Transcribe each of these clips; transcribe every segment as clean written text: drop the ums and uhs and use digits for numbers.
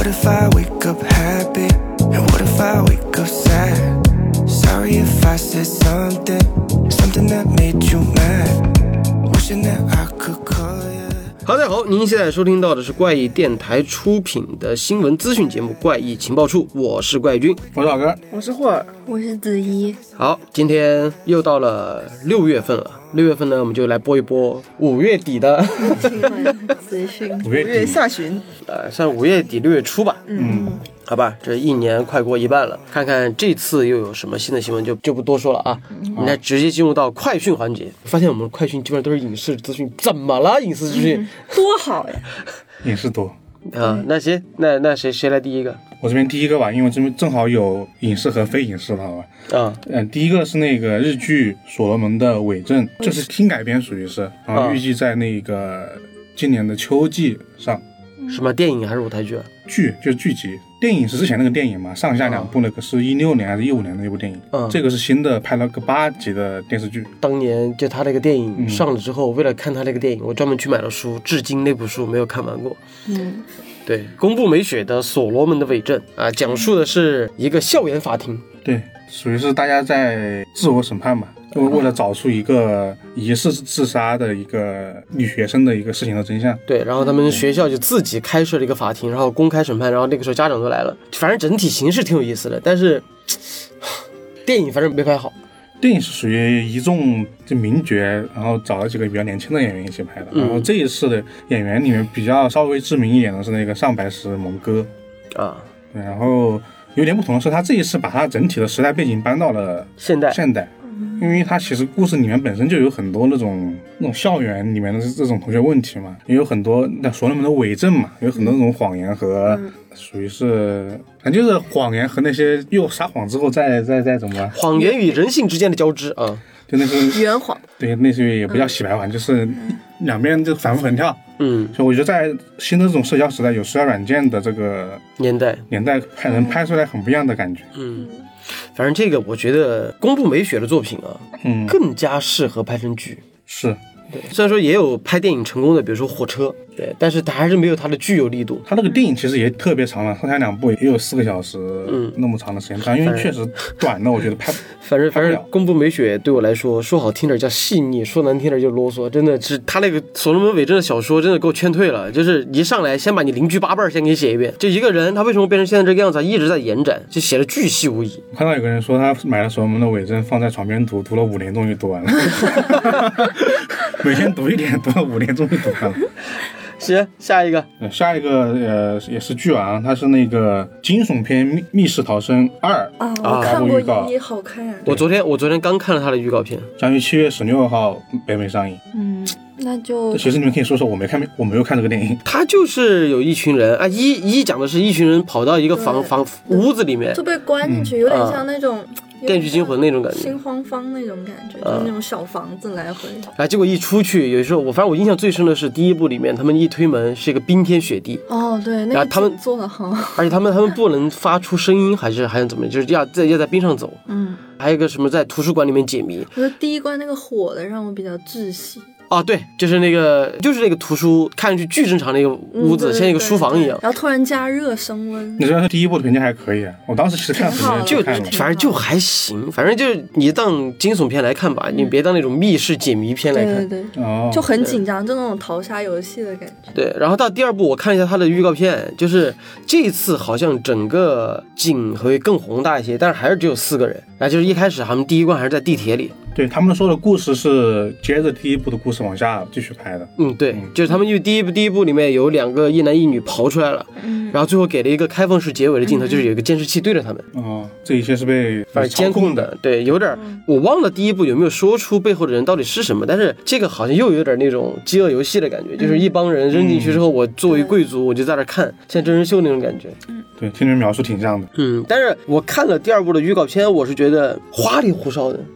What if I wake up happy? And what if I wake up sad? Sorry if I said something that made you mad. Wishing that I could call you. 好，大家好，您现在收听到的是怪异电台出品的新闻资讯节目《怪异情报处》，我是怪君， 我是老哥， 我是霍尔， 我是子怡。 好，今天又到了6月份了。6月份呢，我们就来播一播5月底的资讯。 5月下旬， 算5月底6月初吧。好吧，这一年快过一半了，看看这次又有什么新的新闻，就不多说了啊。我们来直接进入到快讯环节。发现我们快讯基本上都是影视资讯，怎么了？影视资讯多好呀！ 影视多啊，那行，那谁来第一个？ 我这边第一个吧，因为这边正好有影视和非影视的，好吧？第一个是那个日剧《所罗门的伪证》，这是新改编，属于是，然后预计在那个今年的秋季上。 什么电影还是舞台剧？ 剧就是剧集，电影是之前那个电影嘛，上下两部那个是16年还是15年的那部电影，这个是新的，拍了个8集的电视剧。当年就他那个电影上了之后，为了看他那个电影，我专门去买了书，至今那部书没有看完过。对，宫部美雪的《所罗门的伪证》啊，讲述的是一个校园法庭， 对，属于是大家在自我审判嘛。为了找出一个疑似自杀的一个女学生的一个事情的真相。 对，然后他们学校就自己开设了一个法庭，然后公开审判，然后那个时候家长都来了，反正整体形式挺有意思的，但是电影反正没拍好。 电影是属于一众名角，然后找了几个比较年轻的演员一起拍的，然后这一次的演员里面比较稍微知名一点的是那个上白石萌歌啊，对，然后有点不同的是他这一次把他整体的时代背景搬到了现代，因为它其实故事里面本身就有很多那种校园里面的这种同学问题嘛，也有很多所罗门的伪证嘛，有很多那种谎言和属于是，反正就是谎言和那些又撒谎之后再怎么谎言与人性之间的交织啊， 就那是圆谎，对， 那是也不叫洗白谎，就是两边就反复横跳。所以我觉得在新的这种社交时代，有社交软件的这个年代能拍出来很不一样的感觉。 反正这个我觉得宫部美雪的作品啊，更加适合拍成剧。 是， 对，虽然说也有拍电影成功的，比如说火车，对，但是它还是没有它的剧有力度。 它那个电影其实也特别长了，上下两部也有4个小时，那么长的时间长，因为确实短的，我觉得拍。反正宫部美雪对我来说，说好听点叫细腻，说难听点就啰嗦，真的是他那个所罗门伪证的小说真的给我劝退了，就是一上来先把你邻居8辈先给你写一遍，就一个人他为什么变成现在这个样子，一直在延展，就写的巨细无遗。 看到有个人说他买了所罗门的伪证放在床边读了5年终于读完了，每天读一点，读了5年终于读完了。 行，下一个也是剧啊，它是那个惊悚片《密室逃生2》 我看过1，好看。 我昨天刚看了它的预告片， 将于7月16号北美上映。 那就其实你们可以说说，我没有看这个电影。 他就是有一群人啊，讲的是一群人跑到一个屋子里面， 就被关进去，有点像那种电锯惊魂那种感觉， 心慌方那种感觉，就是那种小房子来回。 结果一出去，有时候反正我印象最深的是第1部里面，他们一推门是一个冰天雪地。 对，那个他们做得好， 而且他们不能发出声音，还是怎么，就是要在冰上走。还有一个什么在图书馆里面解谜。 我觉得第1关那个火的让我比较窒息。 对，就是那个图书看上去巨正常的一个屋子，像一个书房一样， 然后突然加热升温。 你说他第1部的评价还可以，我当时其实看反正就还行，反正就你当惊悚片来看吧，你别当那种密室解谜片来看。 对，就很紧张，就那种逃杀游戏的感觉。 对，然后到第2部我看了一下他的预告片，就是这次好像整个景会更宏大一些，但是还是只有4个人。然后就是一开始他们第1关还是在地铁里。 对，他们说的故事是接着第1部的故事往下继续拍的。 对，就是他们因为第一部里面有2个一男一女跑出来了，然后最后给了一个开放式结尾的镜头，就是有一个监视器对着他们。 这一切是被监控的。对，有点我忘了第1部有没有说出背后的人到底是什么，但是这个好像又有点那种饥饿游戏的感觉，就是一帮人扔进去之后，我作为贵族我就在那看，像真人秀那种感觉。 对，听你们描述挺像的。 但是我看了第2部的预告片，我是觉得花里胡哨的。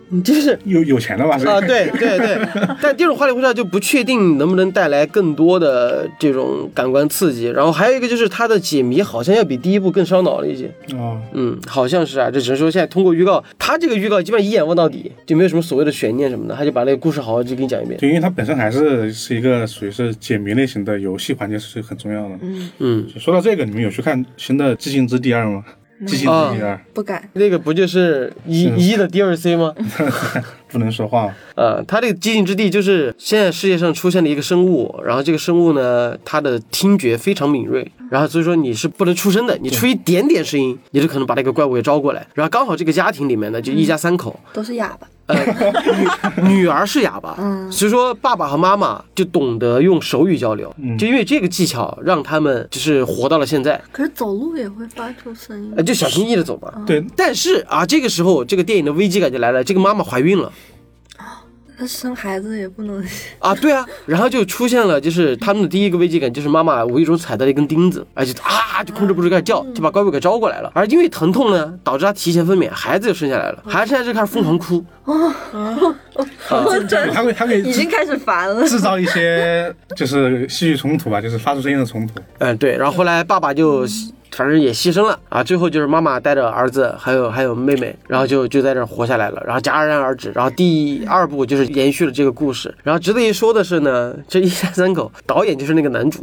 就是有钱的吧？ 对对对，但这种花里胡哨就不确定能不能带来更多的这种感官刺激。然后还有一个就是它的解谜好像要比第一部更烧脑了一些。好像是啊，这只是说现在通过预告，它这个预告基本上一眼望到底，就没有什么所谓的悬念什么的，他就把那个故事好好就给你讲一遍。 对，因为它本身还是一个属于是解谜类型的游戏环节，是很重要的。说到这个，你们有去看新的《寂静之地2》吗？寂静之地2 不敢。 那个不就是一的 DLC 吗？ 不能说话。 它这个寂静之地就是现在世界上出现了一个生物，然后这个生物呢，它的听觉非常敏锐，然后所以说你是不能出声的，你出一点点声音，你就可能把那个怪物给招过来。然后刚好这个家庭里面呢，就一家3口， 都是哑巴。 女儿是哑巴，所以说爸爸和妈妈就懂得用手语交流，就因为这个技巧让他们就是活到了现在。 可是走路也会发出声音， 就小心翼翼的走嘛。 对， 但是啊，这个时候这个电影的危机感就来了，这个妈妈怀孕了。 那生孩子也不能啊，对啊，然后就出现了，就是他们的第一个危机感，就是妈妈无意中踩到了一根钉子，而且就控制不住开始叫，就把怪物给招过来了。而因为疼痛呢，导致他提前分娩，孩子就生下来了，孩子现在就开始疯狂哭。 他会已经开始烦了， 制造一些就是戏剧冲突吧，就是发出声音的冲突。 对，然后后来爸爸就反正也牺牲了啊，最后就是妈妈带着儿子还有妹妹，然后就在这活下来了，然后戛然而止。然后第2部就是延续了这个故事。然后值得一说的是呢，这一家3口导演就是那个男主，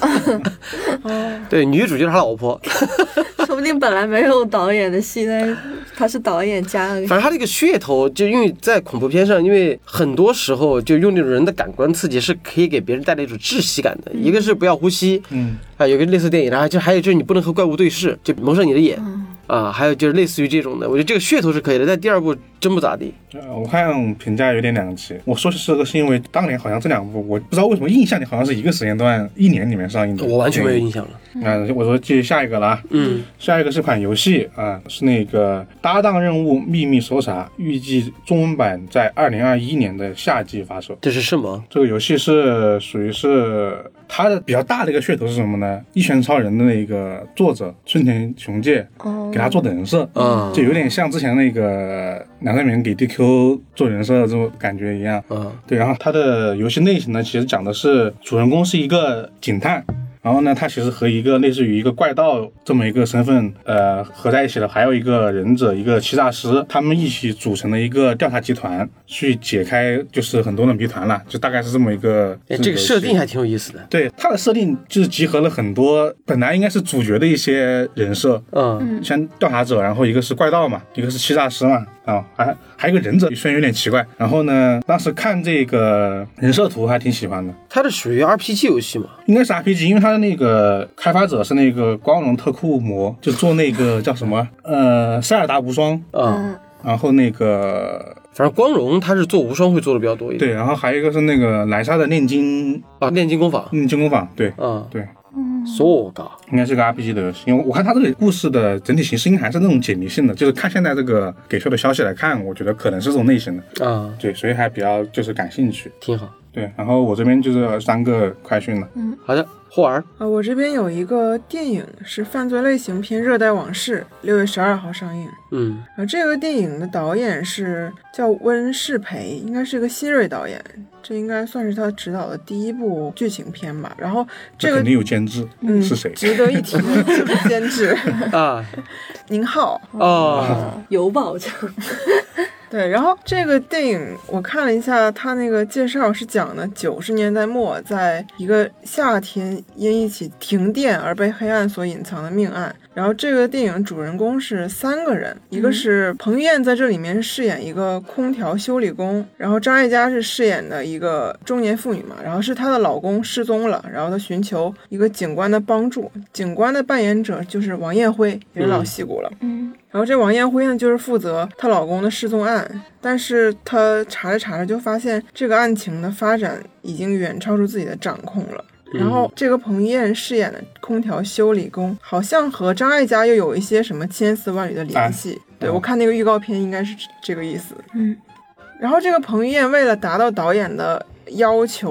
对，女主就是他老婆。 说不定本来没有导演的戏，但是他是导演加了。 反正他这个噱头，就因为在恐怖片上，因为很多时候就用那种人的感官刺激是可以给别人带来一种窒息感的。一个是不要呼吸，有个类似电影，然后还有就是你不能和怪物对视，就蒙上你的眼。还有就是类似于这种的，我觉得这个噱头是可以的，但第2部真不咋地。 我看评价有点两极。我说这个是因为当年好像这2部，我不知道为什么印象里好像是一个时间段1年里面上映的， 我完全没有印象了。 我说继续下一个了。下一个是款游戏是那个搭档任务秘密搜查，预计中文版在2021年的夏季发售。 这是什么？这个游戏是属于是它的比较大的一个噱头是什么呢？一拳超人的那个作者春田雄介给他做的人设，就有点像之前那个两三年给 DQ 做人设的这种感觉一样。对，然后它的游戏类型呢，其实讲的是主人公是一个警探。然后呢，他其实和一个类似于一个怪盗这么一个身份合在一起的，还有一个忍者，一个欺诈师，他们一起组成了一个调查集团，去解开就是很多的谜团了，就大概是这么一个。 这个设定还挺有意思的。 对，它的设定就是集合了很多本来应该是主角的一些人设，像调查者，然后一个是怪盗嘛，一个是欺诈师嘛，还有一个忍者，虽然有点奇怪。然后呢，当时看这个人设图还挺喜欢的。 它是属于 RPG 游戏吗？ 应该是 RPG， 因为它的那个开发者是那个光荣特库摩，就做那个叫什么塞尔达无双然后那个反正光荣他是做无双会做的比较多一点。 对，然后还有一个是那个莱莎的炼金炼金工坊， 对，对。应该是个 RPG 的游戏，因为我看它这个故事的整体形式应该还是那种解谜性的，就是看现在这个给出的消息来看，我觉得可能是这种类型的对，所以还比较就是感兴趣， 挺好。 对，然后我这边就是3个快讯了。 好的，霍尔我这边有一个电影是犯罪类型片《热带往事》，6月12号上映。这个电影的导演是叫温世培，应该是个新锐导演，这应该算是他执导的第1部剧情片吧。然后这个肯定有监制，是谁？ 值得一提的就是监制宁浩有保证。 对，然后这个电影我看了一下，他那个介绍是讲的90年代末，在一个夏天因一起停电而被黑暗所隐藏的命案。然后这个电影主人公是3个人，一个是彭于晏在这里面饰演一个空调修理工，然后张艾嘉是饰演的一个中年妇女嘛，然后是她的老公失踪了，然后她寻求一个警官的帮助，警官的扮演者就是王艳辉，也是老戏骨了。然后这王艳辉呢，就是负责她老公的失踪案，但是她查着查着就发现这个案情的发展已经远超出自己的掌控了。然后这个彭于晏饰演的空调修理工好像和张艾嘉又有一些什么千丝万缕的联系，对，我看那个预告片应该是这个意思。然后这个彭于晏为了达到导演的要求，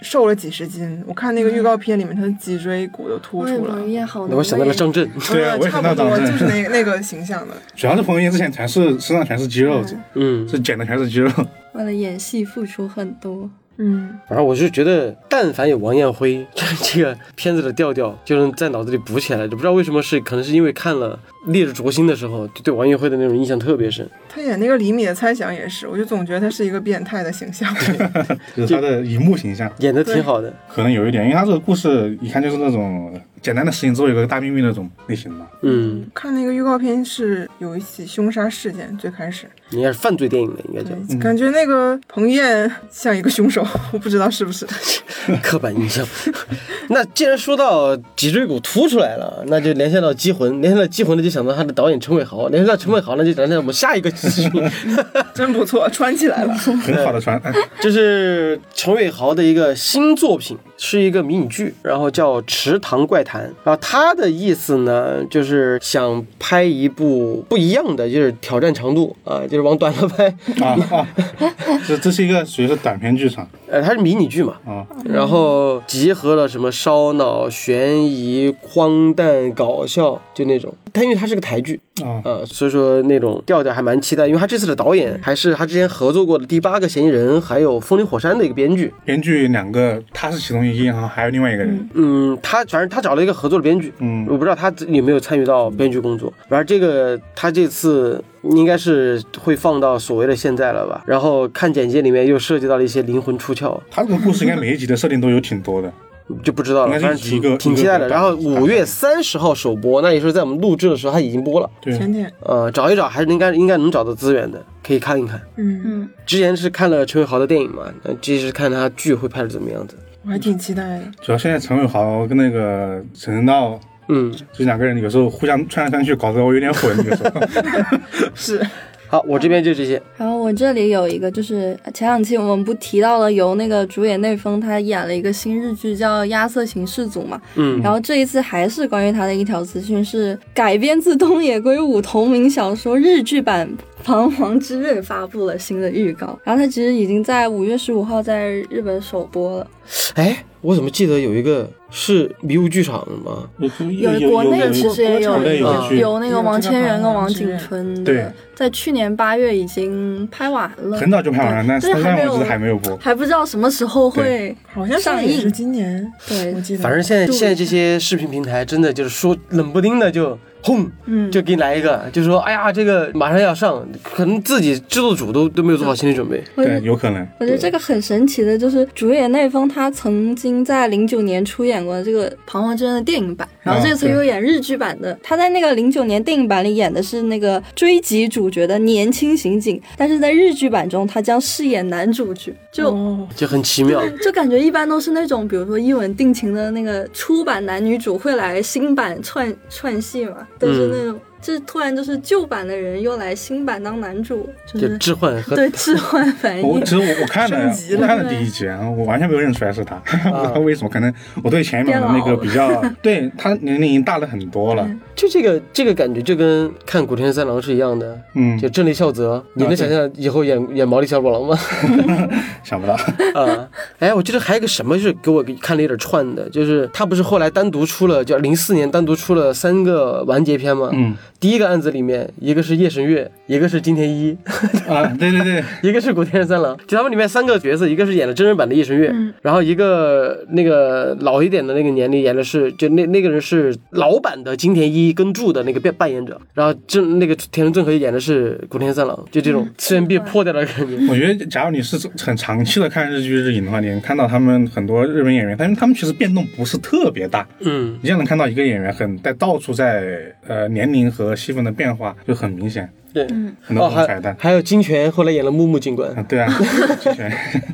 瘦了几十斤。我看那个预告片里面，他的脊椎骨都凸出了。 我想到了张震， 对，我也想到张震， 就是那个形象的。 主要是彭于晏之前身上全是肌肉，是减的全是肌肉。 为了演戏付出很多。 反正我是觉得，但凡有王艳辉，这个片子的调调就能在脑子里补起来。就不知道为什么可能是因为看了《烈日灼心》的时候，就对王艳辉的那种印象特别深。 他演那个厘米的猜想也是，我就总觉得他是一个变态的形象， 就是他的荧幕形象演得挺好的。 可能有一点，因为他这个故事一看就是那种简单的事情之后有个大秘密那种类型的。 看那个预告片是有一起凶杀事件，最开始应该是犯罪电影的，应该叫。 感觉那个彭于晏像一个凶手，我不知道是不是。 刻板印象。那既然说到脊椎骨凸出来了，那就联想到《机魂》，联想到《机魂》呢，就想到他的导演陈伟豪，联想到陈伟豪呢，就联想到我们下一个资讯。 真不错，穿起来了， 很好的穿。 这是陈伟豪的一个新作品，是一个迷你剧，然后叫《池塘怪谈》。然后他的意思呢，就是想拍一部不一样的，就是挑战长度啊，就是往短了拍这是一个属于是短篇剧场。 它是迷你剧嘛，然后集合了什么烧脑、悬疑、荒诞、搞笑，就那种。但因为它是个台剧所以说那种调调还蛮期待。因为他这次的导演还是他之前合作过的《第8个嫌疑人》还有《风林火山》的一个编剧 2个，他是其中一个，还有另外一个人。 反正他找了一个合作的编剧，我不知道他有没有参与到编剧工作。反正这个他这次应该是会放到所谓的现在了吧。然后看简介里面又涉及到了一些灵魂出窍。 他这个故事应该每一集的设定都有挺多的。 就不知道了，反正挺期待的。然后5月30号首播，那也是在我们录制的时候它已经播了。 对， 前天。 找一找还是应该能找到资源的，可以看一看。之前是看了陈伟豪的电影嘛，这是看他剧会拍的怎么样子。 我还挺期待的。 主要现在陈伟豪跟那个陈正道，这2个人有时候互相穿来穿去，搞得我有点混。有时候是。 好，我这边就这些。 然后我这里有一个，就是前2期我们不提到了由那个主演内丰他演了一个新日剧叫《亚瑟刑事组》嘛，然后这一次还是关于他的一条资讯，是改编自东野圭吾同名小说日剧版《彷徨之刃》发布了新的预告，然后它其实已经在5月15号在日本首播了。 我怎么记得有一一个是迷雾剧场吗？ 有国内其实也有那个王千源跟王景春的，在去年8月已经拍完了， 很早就拍完了，但是还没有播， 还不知道什么时候会好像上映， 是今年。 对， 我记得。 反正现在这些视频平台真的就是说冷不丁的就轰，就给你来一个，就说哎呀这个马上要上，可能自己制作组都没有做好心理准备。 对，有可能。 我觉得这个很神奇的，就是主演内丰他曾经在09年出演过这个《彷徨之刃》的电影版，然后这次又演日剧版的。他在那个09年电影版里演的是那个追击主角的年轻刑警，但是在日剧版中他将饰演男主角， 就很奇妙， 就感觉一般都是那种比如说一吻定情的那个出版男女主会来新版串戏嘛，都是那种这突然就是旧版的人又来新版当男主，就是置换和对置换反应。 其实我看了第1集，我完全没有认出来是他，不知道为什么，可能我对前面的那个比较，对他年龄已经大了很多了。 就这个感觉就跟看古田三郎是一样的，就正立孝则，你能想象以后演毛利小五郎吗？ 想不到啊！我记得还有个什么是给我看了有点串的，就是他不是后来单独出了，叫04年单独出了3个完结篇吗？第一个案子里面，一个是叶神月，一个是金田一对， 一个是古田三郎，就他们里面3个角色，一个是演了真人版的叶神月，然后一个那个老一点的那个年龄演的是，就那个人是老版的金田一跟柱的那个扮演者，然后那个田中正和演的是古田三郎，就这种次元壁破掉的感觉。 我觉得，假如你是很长期的看日剧日影的话，你能看到他们很多日本演员，他们其实变动不是特别大，你这样能看到一个演员到处在年龄和戏份的变化就很明显。 对， 很多彩蛋。 还有金泉后来演了木木警官。 对啊，金泉。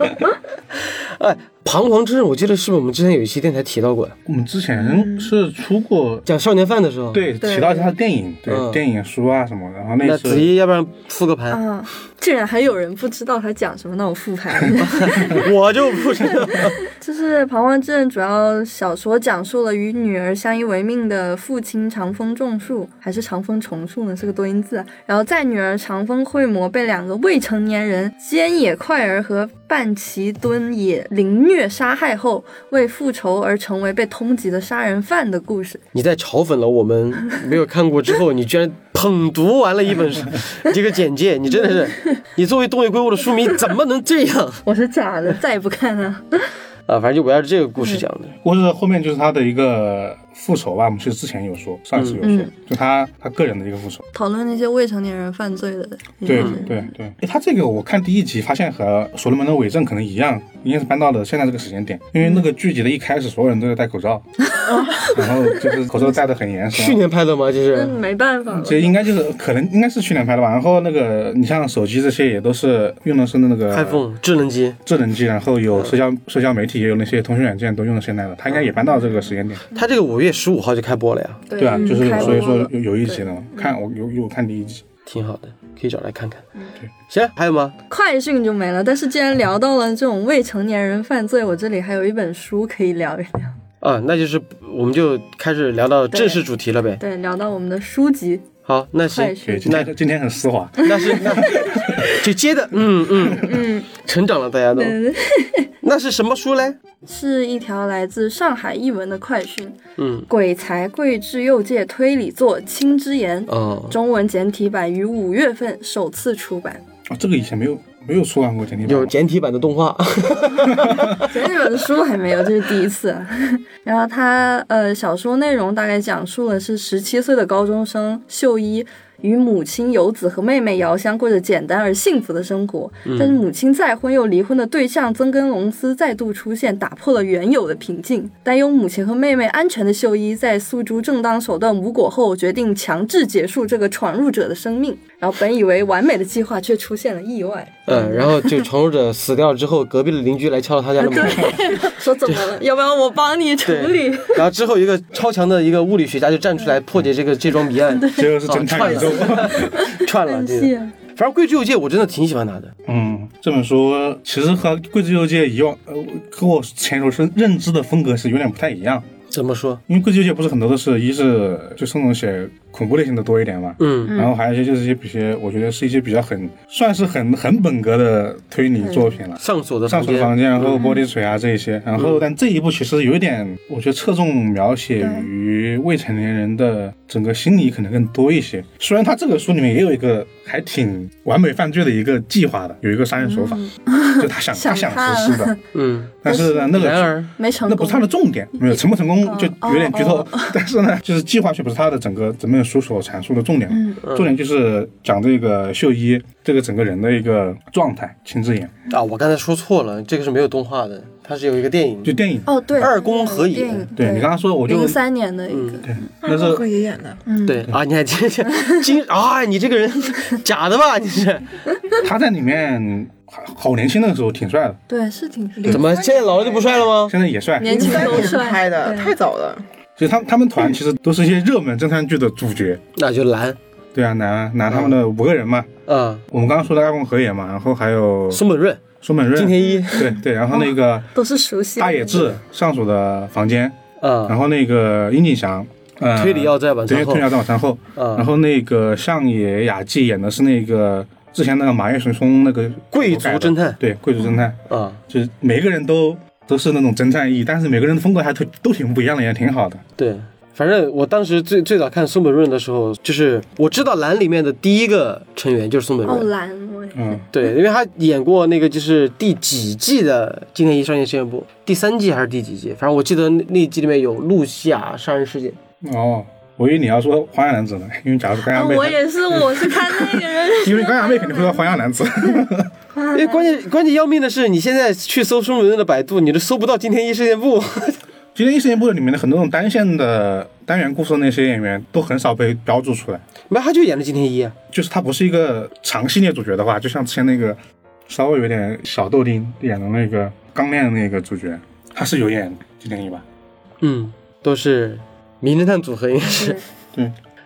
彷徨之刃，我记得是不是我们之前有一期电台提到过？ 我们之前是出过讲少年犯的时候， 对，提到他的电影，电影书啊什么的。然后那子怡要不然复个盘啊？竟然还有人不知道他讲什么，那我复盘。 我就不知道。 就是《彷徨之刃》主要小说讲述了与女儿相依为命的父亲长风重树，还是长风重树呢？是个多音字。然后在女儿长风惠魔被2个未成年人菅野快儿和半崎敦也凌虐杀害后为复仇而成为被通缉的杀人犯的故事。 你在嘲讽了我们没有看过之后，你居然捧读完了一本书这个简介，你真的是，你作为东野圭吾的书迷怎么能这样？ 我是假的，再也不看了。 反正就围绕着这个故事讲的。 或者后面就是他的一个复仇吧，我们其实之前有说，上一次有说，就他个人的一个复仇， 讨论那些未成年人犯罪的。 对对对，他这个我看第一集发现和所罗门的伪证可能一样，应该是搬到了现在这个时间点，因为那个剧集的一开始所有人都在戴口罩，然后就是口罩戴得很严实。 去年拍的吗？就是没办法， 这应该就是可能应该是去年拍的吧。然后那个你像手机这些也都是用的是那个 iPhone 智能机， 然后有社交媒体，也有那些通讯软件都用的现在的，他应该也搬到这个时间点。 他这个5月15号就开播了呀。 对啊，就是所以说有一集了嘛，看我有看第一集， 挺好的，可以找来看看。对，行，还有吗？ 快讯就没了。但是既然聊到了这种未成年人犯罪，我这里还有一本书可以聊一聊。 那就是我们就开始聊到正式主题了呗。 对，聊到我们的书籍。 好，那行， 今天很丝滑， 那就接的，成长了，大家都。那是什么书嘞？ 是一条来自上海译文的快讯。鬼才贵智幼界推理作《青之言》，中文简体版于5月份首次出版。 这个以前没有出版过简体版， 有简体版的动画， 简体版的书还没有，这是第一次。然后他小说内容大概讲述的是17岁的高中生秀一与母亲游子和妹妹遥香过着简单而幸福的生活，但是母亲再婚又离婚的对象曾根龙司再度出现，打破了原有的平静。担忧母亲和妹妹安全的秀一在诉诸正当手段无果后，决定强制结束这个闯入者的生命。然后本以为完美的计划却出现了意外。 然后就闯入者死掉之后，隔壁的邻居来敲了他家的门， 说怎么了？要不要我帮你处理？ 然后之后一个超强的一个物理学家就站出来破解这桩谜案， 这就是侦探宇宙。 串了，反正《贵之幼界》我真的挺喜欢他的。 这本书其实和《贵之幼界》一样，和我前所认知的风格是有点不太一样。 怎么说？ 因为《贵之幼界》不是很多都是一是就宋总写恐怖类型的多一点嘛，然后还有一些就是一些我觉得是一些比较算是很本格的推理作品了， 上锁的房间，然后玻璃水啊这一些，然后但这一部其实有一点，我觉得侧重描写于未成年人的整个心理可能更多一些。虽然他这个书里面也有一个还挺完美犯罪的一个计划的，有一个杀人手法，就他想实施的，但是呢那个没成功， 那不是他的重点，没有成不成功就有点剧透，但是呢就是计划却不是他的整本书所阐述的重点，重点就是讲这个秀一这个整个人的一个状态。青之言我刚才说错了，这个是没有动画的，它是有一个电影， 就电影对， 二宫和也， 对你刚刚说我就 03年的一个， 对， 那是和也演的， 对你还你这个人假的吧？你是他在里面好年轻，那个时候挺帅的， 对，是挺帅。 怎么现在老了就不帅了吗？ 现在也帅， 年轻都帅， 拍的太早了。 所以他们团其实都是一些热门侦探剧的主角， 那就蓝， 对啊，男他们的5个人嘛，我们刚刚说的二宫和也嘛，然后还有松本润、金田一， 对，然后那个都是熟悉大野智上属的房间，然后那个樱井翔， 推理要在晚餐后，然后那个上野雅纪演的是那个之前那个马月顺松那个贵族侦探， 对，贵族侦探就是每个人都是那种侦探意，但是每个人的风格还都挺不一样的，也挺好的。 对，反正我当时最早看松本润的时候，就是我知道蓝里面的第一个成员就是松本润。 蓝， 对，因为他演过那个就是第几季的《金田一少年事件簿》，第3季还是第几季？反正我记得那一季里面有露西亚杀人事件。 我以为你要说花样男子呢，因为假如是干阳妹， 我也是，我是看那个人， 因为干阳妹肯定会说花样男子。 因为关键要命的是，你现在去搜松本润的百度，你都搜不到《金田一事件簿》。 金田一事件簿里面的很多那种单线的单元故事的那些演员都很少被标注出来。 没有，他就演了金田一， 就是他不是一个长系列主角的话，就像之前那个稍微有点小豆丁演的那个钢炼的那个主角，他是有演金田一吧？ 都是名侦探组合，应该是。 对。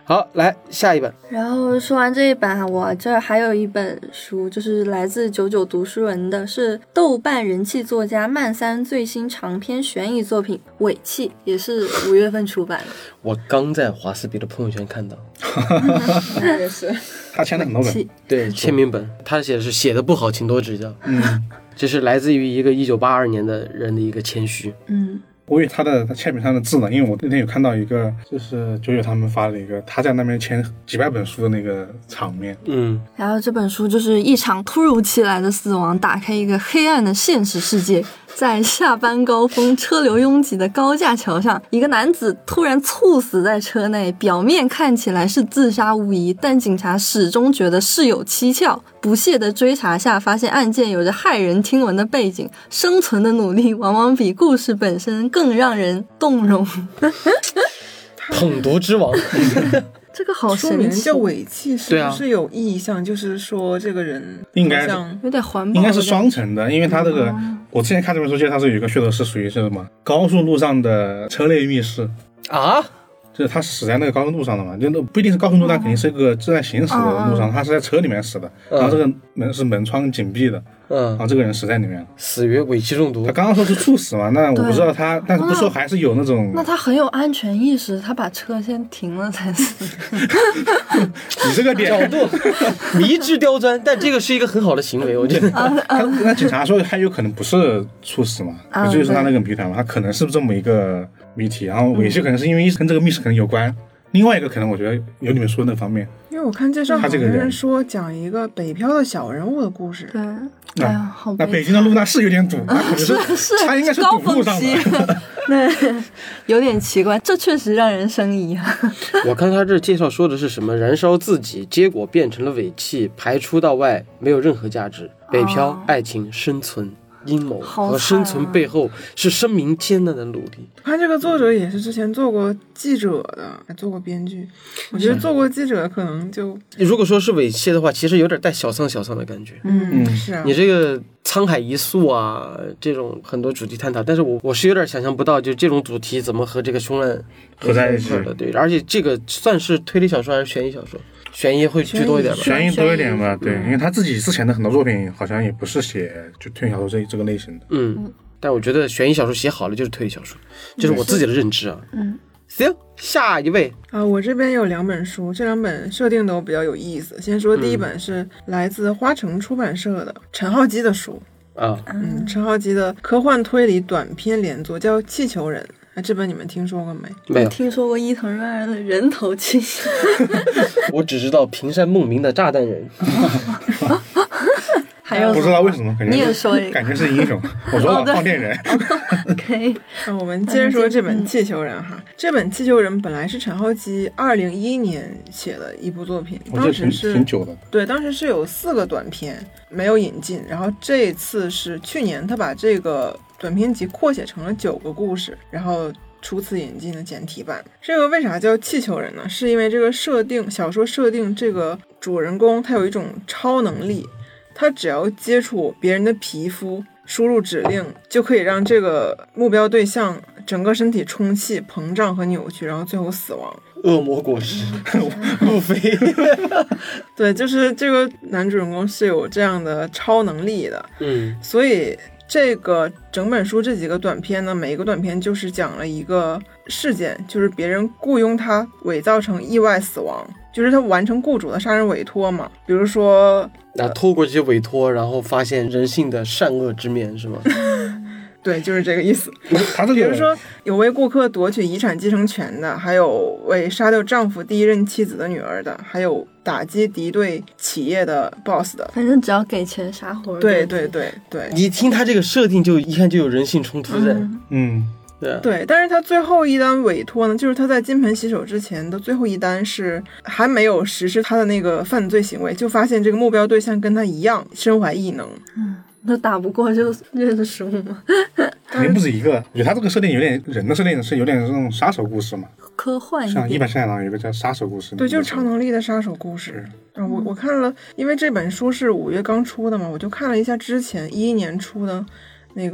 好，来下一本。 然后说完这一本，我这还有一本书，就是来自99读书人的，是豆瓣人气作家漫三最新长篇悬疑作品《尾气》，也是5月份出版的。 我刚在华斯比的朋友圈看到， 也是他签了很多本， 对，签名本，他写的是写的不好，请多指教。这是来自于一个1982年的人的一个谦虚。 我以为他签名上的字呢，因为我那天有看到一个，就是99他们发了一个他在那边签几百本书的那个场面。 然后这本书就是一场突如其来的死亡，打开一个黑暗的现实世界。在下班高峰车流拥挤的高架桥上，一个男子突然猝死在车内，表面看起来是自杀无疑，但警察始终觉得事有蹊跷。不懈的追查下，发现案件有着骇人听闻的背景，生存的努力往往比故事本身更让人动容。 捧读之王。 这个好神奇， 书名叫尾气，是不是有意向？就是说这个人应该有点环保， 应该是双层的，因为他这个我之前看这本书，记得他是有一个噱头是属于是什么高速路上的车内密室啊， 就是他死在那个高速路上的嘛，就不一定是高速路上，肯定是一个正在行驶的路上，他是在车里面死的，然后这个门是门窗紧闭的。然后这个人死在里面了， 死于尾气中毒。 他刚刚说是猝死嘛，那我不知道他，但是不说还是有那种， 那他很有安全意识，他把车先停了才死。 你这个点角度迷之刁钻，但这个是一个很好的行为，我觉得。 那警察说还有可能不是猝死嘛，就是他那个谜团嘛，他可能是这么一个谜题，然后尾气可能是因为跟这个密室可能有关。另外一个可能我觉得有你们说的那方面， 因为我看介绍好像人说讲一个北漂的小人物的故事。 对，哎呀，好悲惨。 那北京的路那是有点堵，他应该是堵路上的。 对，有点奇怪，这确实让人生疑啊。 我看他这介绍说的是什么？燃烧自己，结果变成了尾气，排出到外，没有任何价值。北漂、爱情、生存。阴谋和生存背后是生民艰难的努力。 看这个作者也是之前做过记者的，还做过编剧。我觉得做过记者可能就， 如果说是尾气的话，其实有点带小丧的感觉。 是啊。 你这个沧海一粟啊，这种很多主题探讨，但是我是有点想象不到，就这种主题怎么和这个凶案合在一起的。对，而且这个算是推理小说还是悬疑小说？悬疑会居多一点吧， 悬疑多一点吧，对，因为他自己之前的很多作品好像也不是写就推理小说这个类型的。 但我觉得悬疑小说写好了就是推理小说，这是我自己的认知啊。行，下一位啊，我这边有2本书，这2本设定都比较有意思。先说第一本是来自花城出版社的陈浩基的书啊， 陈浩基的科幻推理短篇连作叫《气球人》。这本你们听说过没？ 没有。 听说过伊藤润二的人头气球。 我只知道平山梦明的炸弹人。 还有不知道为什么，感觉你也说感觉是英雄。我说放电人。 OK， 我们接着说这本《气球人》哈。这本《气球人》本来是陈浩基2011年写的一部作品，当时是挺久的。 对，当时是有4个短篇没有引进，然后这次是去年他把这个短篇集扩写成了9个故事，然后初次引进的简体版。这个为啥叫气球人呢？是因为这个小说设定这个主人公他有一种超能力，他只要接触别人的皮肤，输入指令，就可以让这个目标对象整个身体充气、膨胀和扭曲，然后最后死亡。 恶魔果实，路飞。 对，就是这个男主人公是有这样的超能力的。所以这个整本书这几个短篇呢，每一个短篇就是讲了一个事件，就是别人雇佣他伪造成意外死亡，就是他完成雇主的杀人委托嘛。比如说透过这些委托，然后发现人性的善恶之面，是吗？ 对，就是这个意思。 比如说有为顾客夺取遗产继承权的，还有为杀掉丈夫第1任妻子的女儿的，还有打击敌对企业的 boss 的。 反正只要给钱啥活。 对。 你听他这个设定就一看就有人性冲突在。 对，但是他最后一单委托呢，就是他在金盆洗手之前的最后一单是还没有实施他的那个犯罪行为，就发现这个目标对象跟他一样身怀异能。 那打不过就认输吗？ 肯定不止一个。我觉得他这个设定有点人的设定是有点这种杀手故事嘛， 科幻一点。 像一般山狼有一个叫杀手故事。 对，就是超能力的杀手故事。我看了，因为这本书是5月刚出的嘛，我就看了一下之前11年出的那个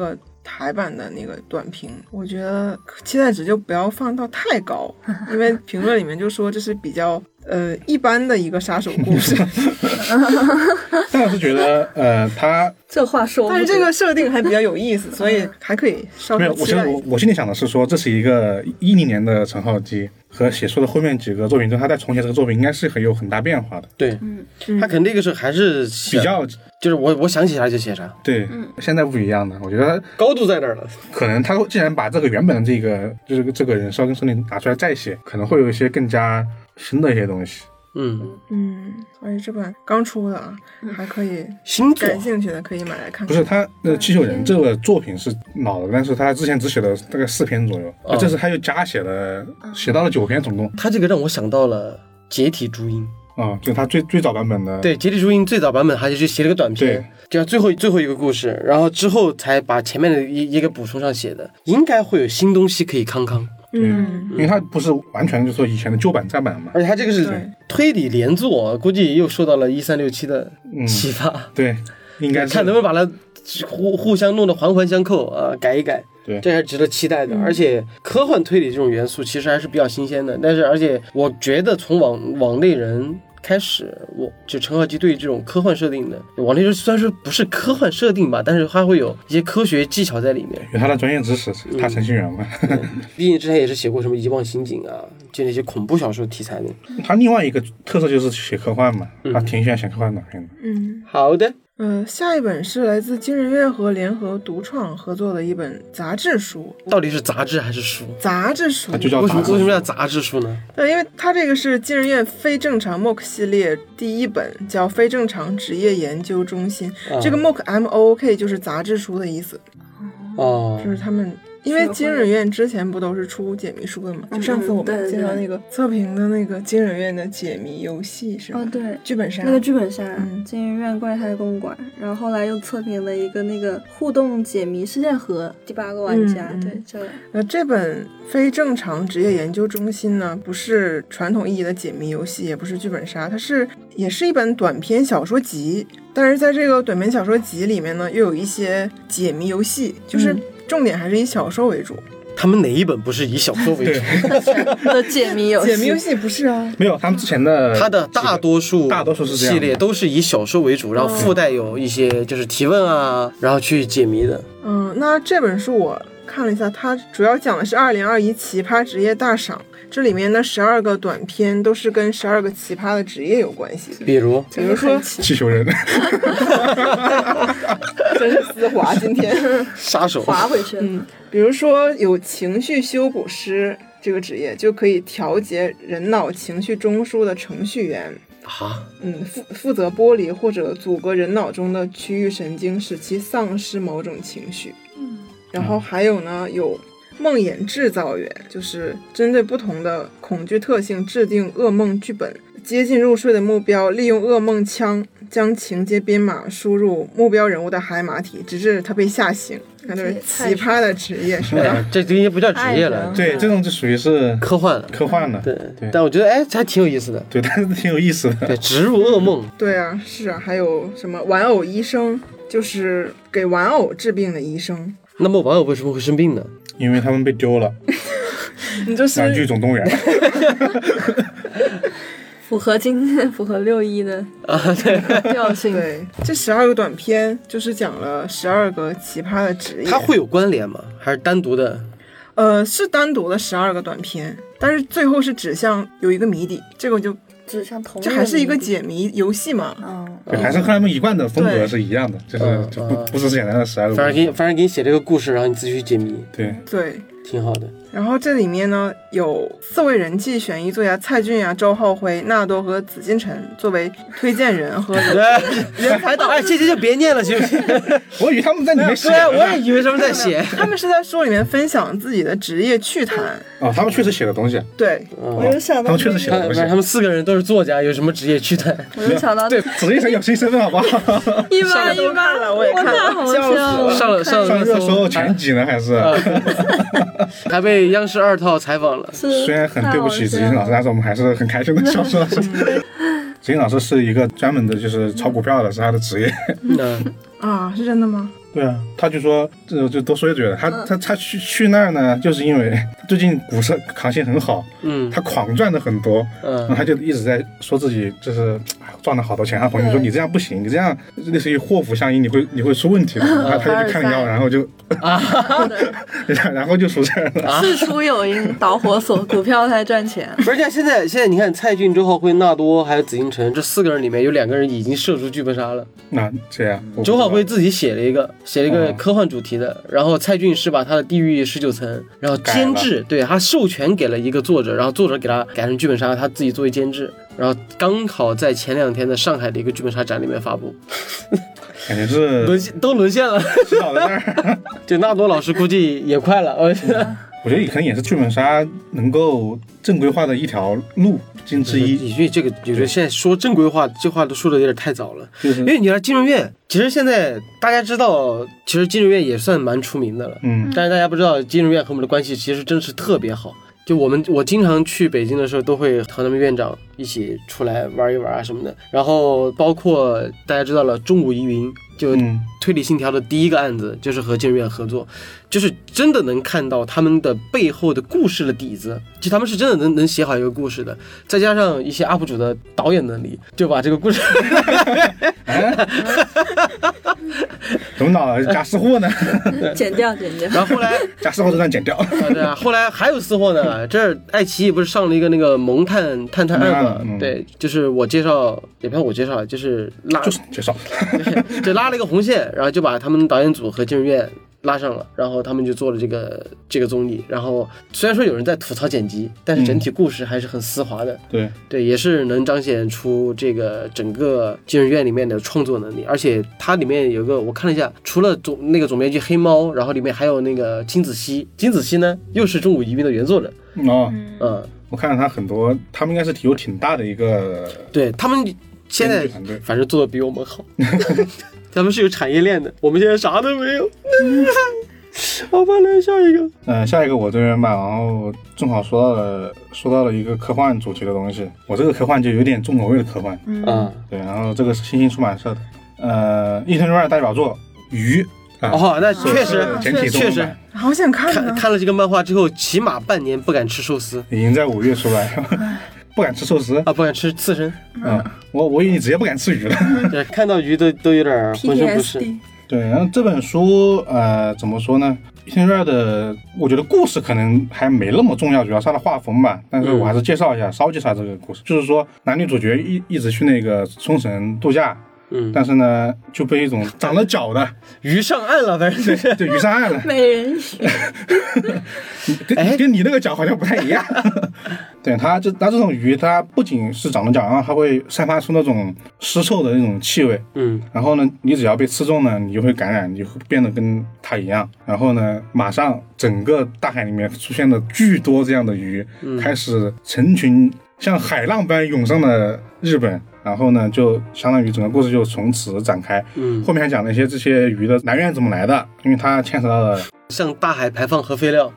台版的那个短评，我觉得期待值就不要放到太高，因为评论里面就说这是比较一般的一个杀手故事。 但我是觉得他这话说， 但是这个设定还比较有意思，所以还可以稍微期待。 我心里想的是说，这是一个10年的陈浩基和写出的后面几个作品中，他在重写这个作品应该是有很大变化的。 对，他肯定是还是比较， 就是我想写啥就写啥。 对，现在不一样的，我觉得高度在那儿了。 可能他既然把这个原本的这个就是这个人设跟设定拿出来再写，可能会有一些更加新的一些东西。 所以这本刚出的啊，还可以新作， 感兴趣的可以买来看看。 不是他七秀人这个作品是老的，但是他之前只写了大概4篇左右，这次他又加写了，写到了9篇总共。 他这个让我想到了解体朱茵。 就是他最早版本的。 对，解体朱茵最早版本他就去写了个短篇，就最后一个故事，然后之后才把前面的一个补充上写的，应该会有新东西可以康。 因为它不是完全就是说以前的旧版再版嘛， 而且它这个是推理连作，估计又受到了1367的启发。 对，应该是看能不能把它互相弄得环环相扣啊，改一改。 对， 这还是值得期待的。而且科幻推理这种元素其实还是比较新鲜的，但是而且我觉得从网内人开始，就陈浩基对这种科幻设定的网内人虽然说不是科幻设定吧，但是他会有一些科学技巧在里面， 有他的专业知识，他程序员嘛。 毕竟之前也是写过什么遗忘刑警啊，就那些恐怖小说题材的。 他另外一个特色就是写科幻嘛，他挺喜欢写科幻短片的。 好的。 下一本是来自金人院和联合独创合作的一本杂志书。 到底是杂志还是书？ 杂志书。 它就叫杂志。 为什么叫杂志书呢？ 因为它这个是金人院非正常 MOOC 系列第一本，叫非正常职业研究中心。这个 MOOC MOOK 就是杂志书的意思。就是他们。因为金人院之前不都是出解谜书的吗？就上次我们介绍那个测评的那个金人院的解谜游戏是吗？ 对， 剧本杀。 那个剧本杀，金人院怪胎公馆，然后后来又测评了一个那个互动解谜事件盒，第8个玩家。对， 这本非正常职业研究中心呢，不是传统意义的解谜游戏，也不是剧本杀，它也是一本短篇小说集。但是在这个短篇小说集里面呢，又有一些解谜游戏，就是重点还是以小说为主。 他们哪一本不是以小说为主的解谜游戏？ 解谜游戏不是啊， 没有，他们之前的他的大多数是这样系列都是以小说为主，然后附带有一些就是提问啊，然后去解谜的。 那这本书我看了一下，它主要讲的是2021奇葩职业大赏。这里面的12个短片都是跟12个奇葩的职业有关系， 比如说气球人， 真是丝滑，今天杀手滑回去。 比如说有情绪修补师这个职业，就可以调节人脑情绪中枢的程序员啊， 负责剥离或者阻隔人脑中的区域神经，使其丧失某种情绪。然后还有呢，有梦魇制造员，就是针对不同的恐惧特性制定噩梦剧本，接近入睡的目标利用噩梦枪将情节编码输入目标人物的海马体，直至他被吓醒。那都是奇葩的职业，是吧？ 这应该不叫职业了， 对，这种就属于是科幻的， 对。 但我觉得还挺有意思的， 对，但是挺有意思的， 对，植入噩梦， 对啊，是啊，还有什么玩偶医生，就是给玩偶治病的医生。 那么玩偶为什么会生病呢？ 因为他们被丢了。 你就是玩具总动员。 符合6·1的调性。 对，这12个短片就是讲了12个奇葩的职业。 它会有关联吗？还是单独的？ 是单独的12个短片，但是最后是指向有一个谜底，这个就指向同一个谜底， 这还是一个解谜游戏嘛？ 对，还是和他们一贯的风格是一样的，就不是简单的12个。 反正给你写这个故事，然后你自己去解谜。 对， 挺好的。 然后这里面呢有4位人气选一作家蔡骏啊、周浩辉、纳多和紫金陈作为推荐人和人才导师。 这就别念了行不行？ 我以为他们在里面写， 对，我也以为他们在写。 他们是在书里面分享自己的职业趣谈。 他们确实写的东西。 对， 我就想到他们确实写的东西。 他们4个人都是作家，有什么职业趣谈？ 我就想到对，职业上有新身份好不好？ 一般了，我也看了， 笑死了。 上热搜前几呢，还是还被央视2套采访了。 虽然很对不起子金老师，但是我们还是很开心的笑出来。子金老师是一个专门的就是炒股票的，是他的职业。 是真的吗？ 对啊，他就说就多说一句了，他去那儿呢，就是因为最近股市行情很好，他狂赚的很多，然后他就一直在说自己就是赚了好多钱。他朋友说你这样不行，你这样类似于祸福相依，你会出问题的。然后他就去看药，然后就然后就出事了。 事出有因，导火索，股票才赚钱。 不是，现在你看蔡骏、周浩辉、纳多还有紫禁城这4个人里面有2个人已经射出剧本杀了。 那这样， 周浩辉自己写了一个科幻主题的，然后蔡骏是把他的地狱19层，然后监制，对，他授权给了一个作者，然后作者给他改成剧本杀，他自己作为监制，然后刚好在前2天的上海的一个剧本杀展里面发布。 感觉是都沦陷了， 知道在那儿。 就纳多老师估计也快了，我觉得可能也是剧本杀能够正规化的一条路之一。 因为这个，我觉得现在说正规化，这话都说的有点太早了。因为你看金融院，其实现在大家知道，其实金融院也算蛮出名的了。但是大家不知道金融院和我们的关系其实真是特别好。就我经常去北京的时候，都会和他们院长一起出来玩一玩啊什么的。然后包括大家知道了中午疑云，就推理信条的第一个案子就是和金融院合作，就是真的能看到他们的背后的故事的底子，就他们是真的能写好一个故事的，再加上一些 UP 主的导演能力，就把这个故事怎么脑加私货呢？ 剪掉。 然后后来加私货都算剪掉。 对啊，后来还有私货呢。这爱奇艺不是上了一个那个萌探案嘛？对，就是我介绍，也不要我介绍，就是介绍， 就拉了一个红线，然后就把他们导演组和金融院拉上了，然后他们就做了这个综艺。然后虽然说有人在吐槽剪辑，但是整体故事还是很丝滑的。对，也是能彰显出这个整个金融院里面的创作能力。而且它里面有个我看了一下，除了总编剧黑猫，然后里面还有那个金子熙呢又是中午疑云的原作者。 我看了他很多，他们应该是有挺大的一个， 对，他们现在反正做的比我们好。他们是有产业链的，我们现在啥都没有。好吧，来下一个。 下一个我这边吧，然后正好说到了一个科幻主题的东西。我这个科幻就有点重口味的科幻。对，然后这个是新兴出版社的，伊藤润二代表作《鱼》。 那确实， 好想看呢。 看了这个漫画之后，起码半年不敢吃寿司。 已经在5月出来。不敢吃寿司啊，不敢吃刺身。 我以为你直接不敢吃鱼了。 对，看到鱼都有点浑身不适。 对，然后这本书怎么说呢？伊藤润二的，我觉得故事可能还没那么重要，主要是他的画风吧。但是我还是稍微介绍这个故事，就是说男女主角一直去那个冲绳度假。但是呢，就被一种长了脚的鱼上岸了，反正对鱼上岸了， 美人鱼， 跟你那个脚好像不太一样。对，它这种鱼，它不仅是长了脚，然后它会散发出那种尸臭的那种气味。然后呢，你只要被刺中呢，你就会感染，你就会变得跟它一样。然后呢，马上整个大海里面出现了巨多这样的鱼，开始成群像海浪般涌上了日本。然后呢，就相当于整个故事就从此展开。后面还讲了一些这些鱼的来源怎么来的，因为它牵扯到了向大海排放核废料。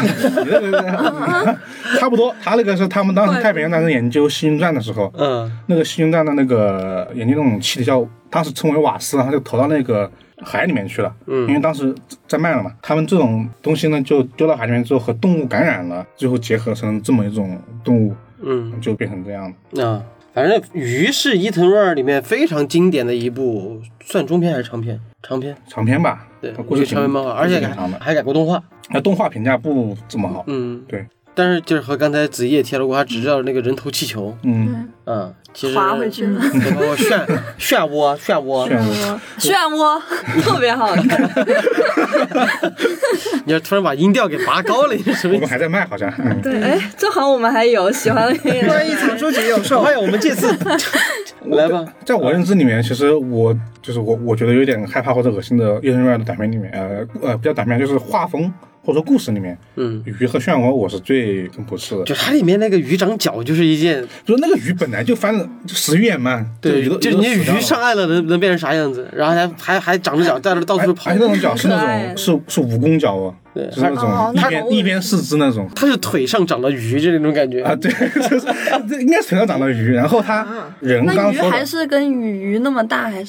差不多。他那个是他们当时太平洋战争研究细菌战的时候，那个细菌战的那个研究那种气体叫当时称为瓦斯，它就投到那个海里面去了。因为当时在卖了嘛，他们这种东西呢就丢到海里面之后和动物感染了，最后结合成这么一种动物，就变成这样的。 反正鱼是伊藤润二里面非常经典的一部，算中篇还是长篇？长篇吧。对，故事长篇漫画，而且还改过动画。 那动画评价不怎么好。对。 但是就是和刚才子怡也提到过，他只知道那个人头气球。其实滑回去了。 漩涡， 特别好看。 你要突然把音调给拔高了，你是什么意思？ 我们还在卖，好像。 对，正好我们还有喜欢的音乐。 万一藏书局有售。 哎呀，我们这次来吧。 在我认知里面，其实我觉得有点害怕或者恶心的伊藤润二的短片里面，比较短片就是画风。或者说故事里面，鱼和漩涡我是最不是的。 就它里面那个鱼长脚就是一件， 就是那个鱼本来就翻了食欲眼嘛， 对，就是你鱼上岸了能变成啥样子，然后还长着脚在那到处跑。 而且那种脚是那种是蜈蚣脚哦。对，是那种一边四肢那种， 它是腿上长了鱼这种感觉啊，对，这应该是腿上长了鱼，然后它人刚说那鱼还是跟鱼那么大，还是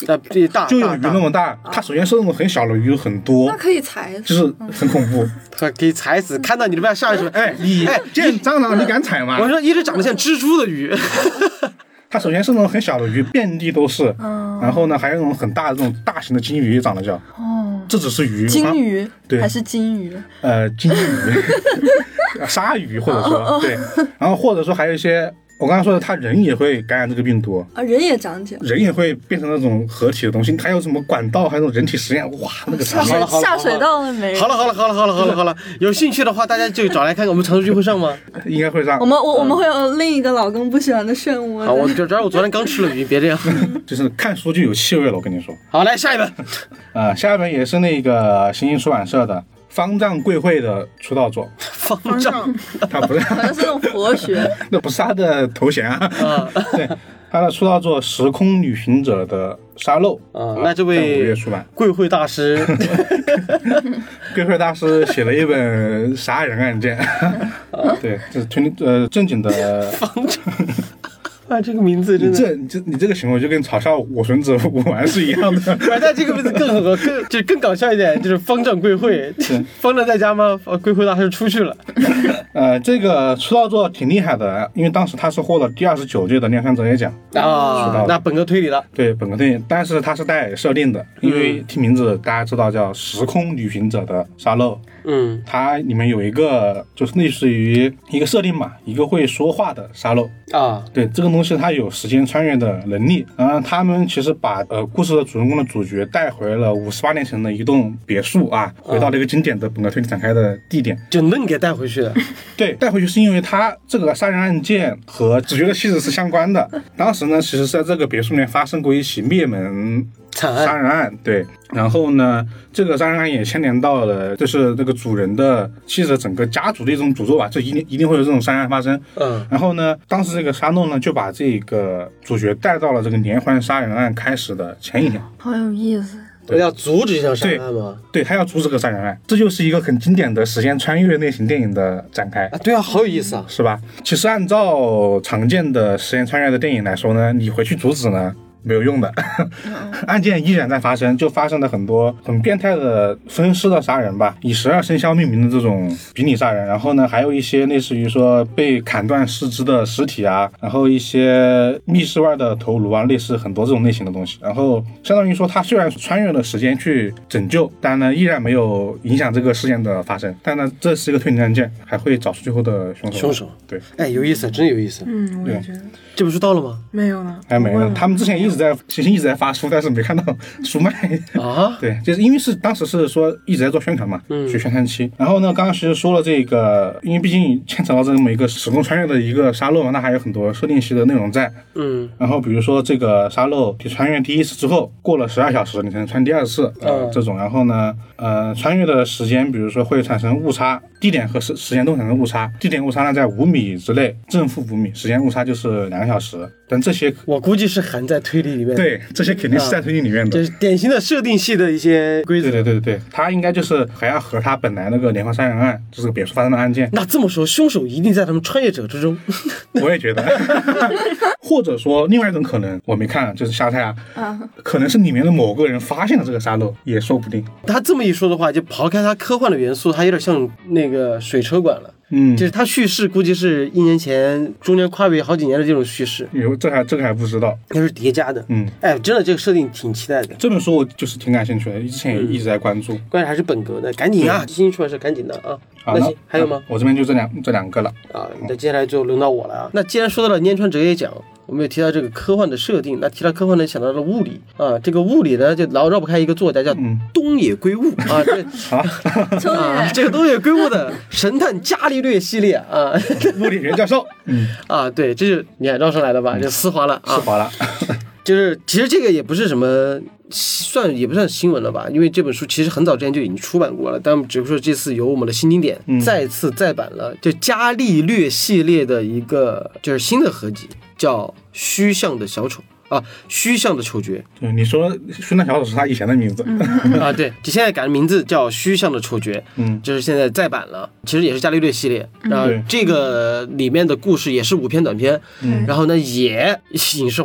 就有鱼那么大。它首先是那种很小的鱼很多， 那可以踩死， 就是很恐怖。 它可以踩死，看到你都不要下去。 你见蟑螂你敢踩吗？ 我说一只长得像蜘蛛的鱼。 它首先是那种很小的鱼，遍地都是，然后呢，还有那种很大的这种大型的金鱼长得叫，这只是鱼， 金鱼对， 还是金鱼？ 金鱼，鲨鱼或者说对，然后或者说还有一些。我刚刚说的，他人也会感染这个病毒啊，人也长起来， 人也会变成那种合体的东西。还有什么管道，还有那种人体实验，哇，那个下水道了没？ 好了，有兴趣的话，大家就找来看看。我们常驻剧会上吗？ 应该会上。 我们会有另一个老公不喜欢的漩涡。 好，我昨天刚吃了鱼，别这样。 就是看书就有气味了，我跟你说。 好，来下一本。 下一本也是那个新兴出版社的。方丈贵会的出道作， 方丈， 他不是， 好像是那种佛学， 那不是他的头衔啊。对，他的出道作《时空旅行者的沙漏》 那这位 5月出版。 贵会大师， 贵会大师写了一本杀人案件，对，这是正经的方丈。这个名字真的， 你这个行为就跟嘲笑我孙子玩是一样的。 但这个名字更搞笑一点，就是方丈贵会，方丈在家吗？贵会大师出去了。 这个出道作挺厉害的，因为当时他是获了第29届的连川哲也奖那本格推理了。 对，本格推理，但是它是带设定的，因为听名字大家知道叫时空旅行者的沙漏。它里面有一个就是类似于一个设定嘛，一个会说话的沙漏对，这个东西它有时间穿越的能力。然后他们其实把故事的主人公的主角带回了58年前的一栋别墅回到了一个经典的本格推理展开的地点， 就能给带回去的。 对，带回去是因为他这个杀人案件和主角的妻子是相关的。当时呢，其实在这个别墅里面发生过一起灭门杀人案，对，然后呢，这个杀人案也牵连到了，就是这个主人的妻子整个家族的一种诅咒吧，这一定会有这种杀人案发生。然后呢，当时这个沙漏呢就把这个主角带到了这个连环杀人案开始的前一天。 好有意思。 对，要阻止这项杀人案吗？ 对，他要阻止这个杀人案，这就是一个很经典的时间穿越类型电影的展开对啊，好有意思啊， 是吧？其实按照常见的时间穿越的电影来说呢，你回去阻止呢没有用的，案件依然在发生，就发生了很多很变态的分尸的杀人吧，以12生肖命名的这种比拟杀人，然后呢还有一些类似于说被砍断四肢的尸体然后一些密室外的头颅类似很多这种类型的东西，然后相当于说他虽然穿越了时间去拯救，但呢依然没有影响这个事件的发生，但呢这是一个推理案件，还会找出最后的凶手。对， 有意思，真有意思。 我也觉得。 这本书到了吗？ 没有呢， 还没呢。他们之前一直在发书，但是没看到书卖对，就是因为当时是说一直在做宣传嘛，去宣传期。然后呢，刚刚其实说了这个，因为毕竟牵扯到这么一个时空穿越的一个沙漏嘛，那还有很多设定系的内容在。然后比如说这个沙漏，你穿越第一次之后，过了12小时，你才能穿第二次这种。然后呢，穿越的时间，比如说会产生误差，地点和时间都产生误差，地点误差呢在5米之内，正负5米，时间误差就是2个小时。但这些我估计是含在推理里面的。 对，这些肯定是在推理里面的， 就是典型的设定系的一些规则。 对，它应该就是还要和他本来那个连环杀人案，就是个别墅发生的案件。 那这么说，凶手一定在他们穿越者之中。 我也觉得，或者说另外一种可能，我没看，就是瞎猜可能是里面的某个人发现了这个沙漏，也说不定。 他这么一说的话，就刨开他科幻的元素，他有点像那个水车馆了。就是他叙事估计是1年前中间跨越好几年的这种叙事。 这个还不知道， 它是叠加的。真的这个设定挺期待的。 这本书我就是挺感兴趣的，之前也一直在关注。 关键还是本格的，赶紧新出版社赶紧的那行，还有吗？ 我这边就这两个了那接下来就轮到我了那既然说到了拈川哲也奖，我们也提到这个科幻的设定，那提到科幻呢，想到了物理这个物理呢就老绕不开一个作家叫东野圭吾这个东野圭吾的神探伽利略系列物理学教授对，这就你看绕上来了吧，就丝滑了就是其实这个也不是什么也不算新闻了吧，因为这本书其实很早之前就已经出版过了，但只不过这次由我们的新经典再次再版了，就伽利略系列的一个就是新的合集，叫虚像的小丑虚像的丑角。 对，你说虚像小丑是他以前的名字对，就现在改的名字叫虚像的丑角就是现在再版了，其实也是伽利略系列，然后这个里面的故事也是5篇短篇然后呢也影视化了。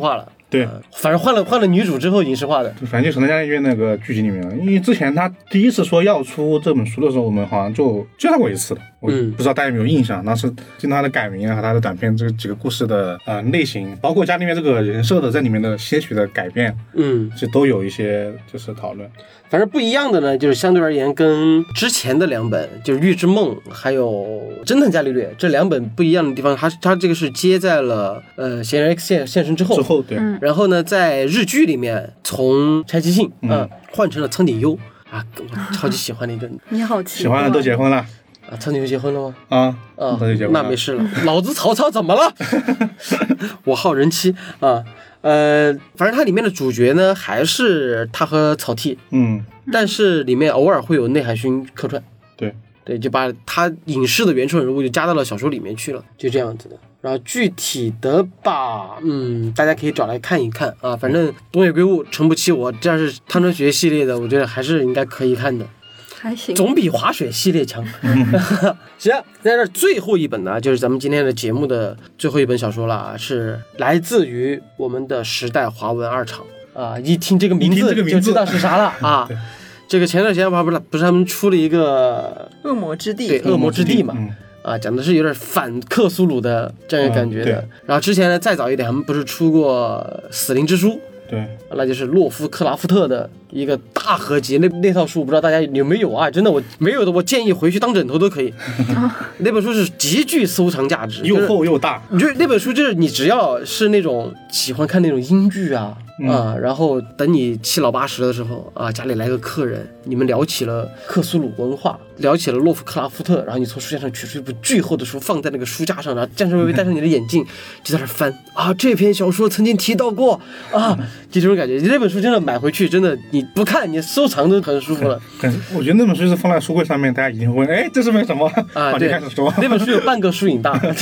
对， 反正换了女主之后影视化的， 反正就神探夏令营那个剧集里面了。因为之前他第一次说要出这本书的时候，我们好像就介绍过一次的，我不知道大家有没有印象。当时听他的改名和他的短片这几个故事的类型，包括家里面这个人设的在里面的些许的改变，就都有一些就是讨论。 反正不一样的呢，就是相对而言跟之前的2本，就是《预知梦》还有《侦探伽利略》这2本不一样的地方，它这个是接在了嫌疑人 X 现身之后， 对。 然后呢，在日剧里面从柴崎幸换成了苍井优啊，我超级喜欢的一个。 你好奇怪， 喜欢的都结婚了啊？苍井优结婚了吗？ 都结婚了， 那没事了。老子曹操怎么了？我好人妻啊。反正它里面的主角呢还是他和草剃，但是里面偶尔会有内海薰客串，对，就把他影视的原创人物就加到了小说里面去了，就这样子的。然后具体的吧，大家可以找来看一看啊。反正东野圭吾、成不起我，这要是汤川学系列的，我觉得还是应该可以看的。 还行， 总比滑雪系列强。行，在这最后一本呢，就是咱们今天的节目的最后一本小说了，是来自于我们的时代华文2厂啊。一听这个名字就知道是啥了啊。这个前段时间不是他们出了一个恶魔之地， 对，恶魔之地嘛。讲的是有点反克苏鲁的这样一个感觉的。然后之前呢，再早一点，他们不是出过《死灵之书》。 对， 那就是洛夫克拉夫特的一个大合集，那套书不知道大家有没有啊？真的，我没有的，我建议回去当枕头都可以。那本书是极具收藏价值， 又厚又大。 你觉得那本书就是你只要是那种喜欢看那种英剧啊，然后等你7老8十的时候啊，家里来个客人，你们聊起了克苏鲁文化，聊起了洛夫克拉夫特，然后你从书架上取出一部巨厚的书放在那个书架上，然后战士微微戴上你的眼镜，就在那翻啊，这篇小说曾经提到过啊，就这种感觉。那本书真的买回去，真的你不看你收藏都很舒服了。 我觉得那本书是放在书柜上面，大家一定会问，哎，这是本什么啊？ 对， 开始说那本书有半个书影大。对，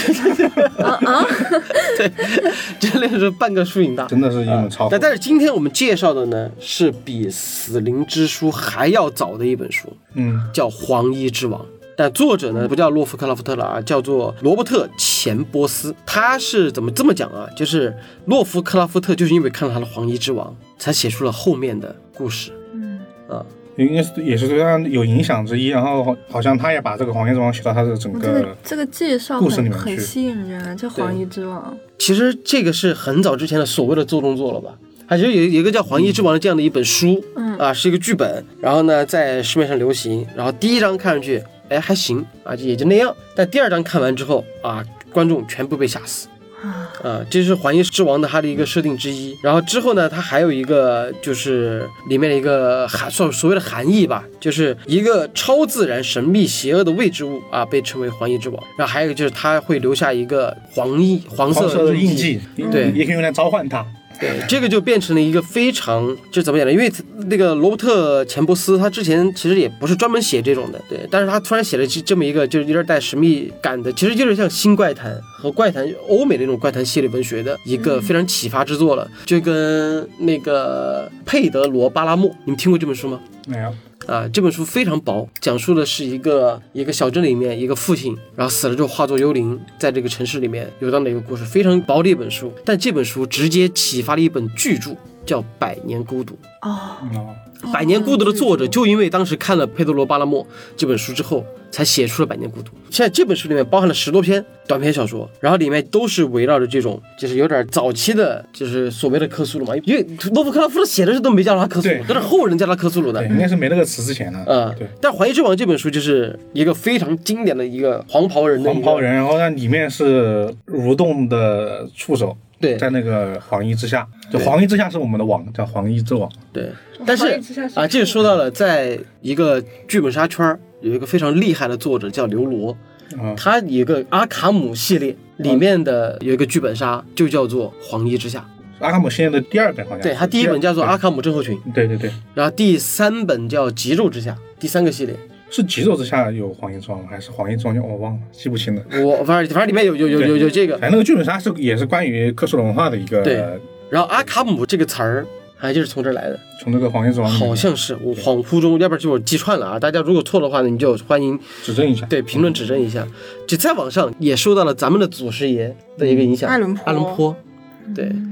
就那本书半个书影大， 真的是一本超。 但是今天我们介绍的呢，是比《死灵之书》还要早的一本书，叫《黄衣之王》。但作者呢不叫洛夫克拉夫特了啊，叫做罗伯特·钱波斯。他是怎么这么讲啊？就是洛夫克拉夫特就是因为看了他的《黄衣之王》，才写出了后面的故事。 应该也是对他有影响之一。然后好像他也把这个《黄衣之王》写到他的整个这个介绍故事里面很吸引人，这《黄衣之王》 其实这个是很早之前的所谓的做动作了吧？它其实有一个叫《黄衣之王》的这样的一本书，是一个剧本，然后呢在市面上流行，然后第一章看上去还行啊，也就那样，但第2章看完之后啊，观众全部被吓死。这是《黄衣之王》的它的一个设定之一。然后之后呢，它还有一个就是里面的一个所谓的含义吧，就是一个超自然、神秘、邪恶的未知物啊，被称为黄衣之王。然后还有一个就是它会留下一个黄色的印记，对， 也可以用来召唤它。 对，这个就变成了一个非常，就怎么讲呢？因为那个罗伯特·钱伯斯他之前其实也不是专门写这种的，对，但是他突然写了这么一个就是有点带神秘感的，其实就是像新怪谈和怪谈欧美的那种怪谈系列文学的一个非常启发之作了，就跟那个佩德罗·巴拉莫，你们听过这本书吗？ 没有。 这本书非常薄，讲述的是一个小镇里面一个父亲，然后死了之后化作幽灵，在这个城市里面游荡的一个故事，非常薄的一本书。但这本书直接启发了一本巨著，叫《百年孤独》。《百年孤独》的作者就因为当时看了佩德罗·巴拉莫这本书之后，才写出了《百年孤独》。现在这本书里面包含了10多篇短篇小说，然后里面都是围绕着这种就是有点早期的，就是所谓的克苏鲁嘛。因为洛夫克拉夫特写的时候都没叫他克苏鲁，都是后人叫他克苏鲁的。 对，应该是没那个词之前的。 对。但《黄衣之王》这本书就是一个非常经典的一个黄袍人， 然后那里面是蠕动的触手。 对， 在那个黄衣之下，就黄衣之下是我们的网，叫黄衣之网。 对，但是这个说到了，在一个剧本杀圈有一个非常厉害的作者叫刘罗，他有一个阿卡姆系列里面的有一个剧本杀就叫做黄衣之下。 阿卡姆系列的第2本好像。 对，他第1本叫做阿卡姆症候群。 对。 然后第3本叫极昼之下，第3个系列。 是极昼之下有黄衣之王吗？还是黄衣之王我忘了，记不清了。 反正里面有这个。 反正那个剧本杀也是关于克苏鲁文化的一个。 对。然后阿卡姆这个词儿，就是从这儿来的。 从这个黄衣之王。 好像是，我恍惚中，要不然就我记串了啊。大家如果错的话呢，你就欢迎指正一下。 对，评论指正一下。就在网上也受到了咱们的祖师爷的一个影响， 爱伦坡。 对。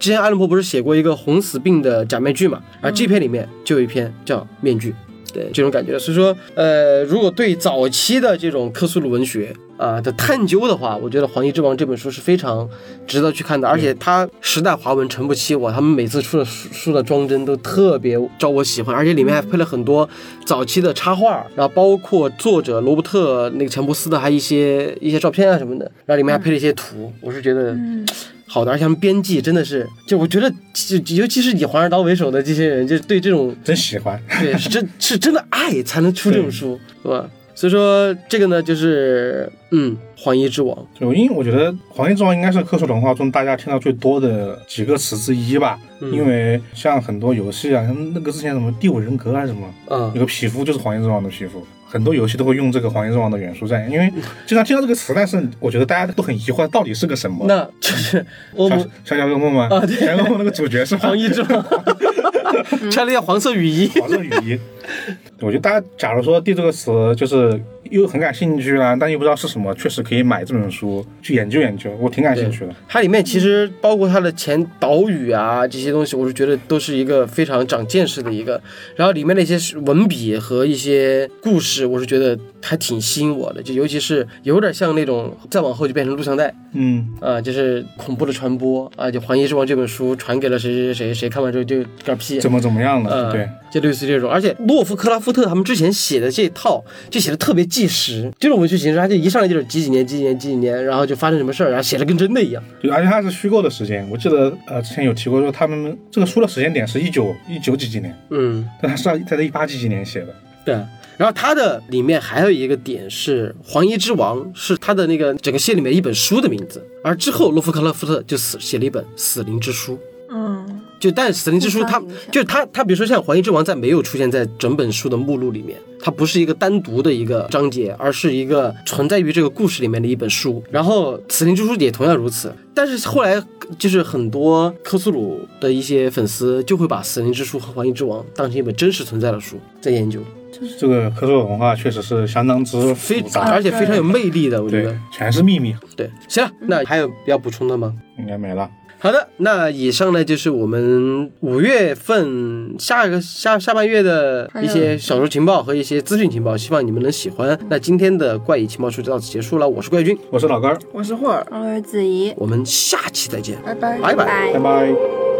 之前阿伦坡不是写过一个红死病的假面具嘛，而这篇里面就有一篇叫面具，对这种感觉。所以说如果对早期的这种克苏鲁文学的探究的话，我觉得《黄衣之王》这本书是非常值得去看的，而且它时代华文承不起我，他们每次出的书的装帧都特别招我喜欢，而且里面还配了很多早期的插画，然后包括作者罗伯特那个钱伯斯的还一些照片啊什么的，然后里面还配了一些图，我是觉得好的。而且他们编辑真的是，就我觉得尤其是以黄二刀为首的这些人，就对这种真喜欢， 对，是真的爱才能出这种书，是吧？所以说这个呢，就是黄衣之王。 就因为我觉得黄衣之王应该是克苏鲁文化中大家听到最多的几个词之一吧。因为像很多游戏啊，那个之前什么第五人格还是什么，有个皮肤就是黄衣之王的皮肤，很多游戏都会用这个黄衣之王的元素在。因为经常听到这个词，但是我觉得大家都很疑惑到底是个什么。 那就是小噩梦吗？对，小噩梦那个主角是黄衣之王，穿了一件黄色雨衣。 黄色雨衣。我觉得大家假如说对这个词就是又很感兴趣啦，但又不知道是什么，确实可以买这本书去研究研究，我挺感兴趣的。 它里面其实包括它的前岛屿啊这些东西，我是觉得都是一个非常长见识的一个。然后里面的一些文笔和一些故事，我是觉得还挺吸引我的，就尤其是有点像那种再往后就变成录像带，就是恐怖的传播啊，就《黄衣之王》这本书传给了谁看完之后就嗝屁， 怎么样了，对， 就类似这种。而且洛夫克拉夫特他们之前写的这套就写的特别纪实，这种文学形式，他就一上来就是几几年，然后就发生什么事儿，然后写的跟真的一样。 对，而且它是虚构的时间，我记得之前有提过说他们这个书的时间点是19几年，但他是在18几年写的。 对。然后它的里面还有一个点是《黄衣之王》是他的那个整个系列里面一本书的名字，而之后洛夫克拉夫特就写了一本《死灵之书》。但死灵之书他比如说像黄衣之王在没有出现在整本书的目录里面，它不是一个单独的一个章节，而是一个存在于这个故事里面的一本书。然后死灵之书也同样如此，但是后来就是很多克苏鲁的一些粉丝就会把死灵之书和黄衣之王当成一本真实存在的书在研究。 这个克苏鲁文化确实是相当之复杂， 而且非常有魅力的，我觉得全是秘密。 对，行了，那还有要补充的吗？ 应该没了。 好的，那以上呢就是我们5月份下半月的一些小说情报和一些资讯情报，希望你们能喜欢。那今天的怪异情报书就到此结束了，我是怪君， 我是老根， 我是霍尔， 我是子怡， 我们下期再见， 拜拜， 拜拜， 拜拜。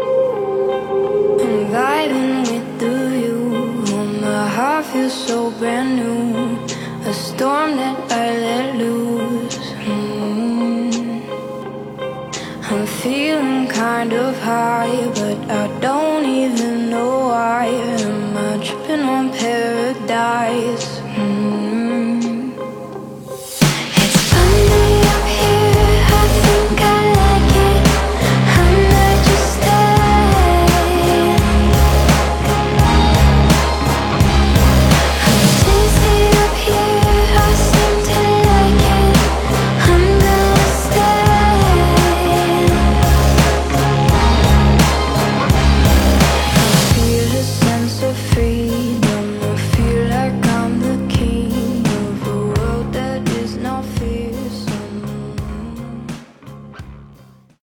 I'm feeling kind of high, but I don't even know why. Am I tripping on paradise?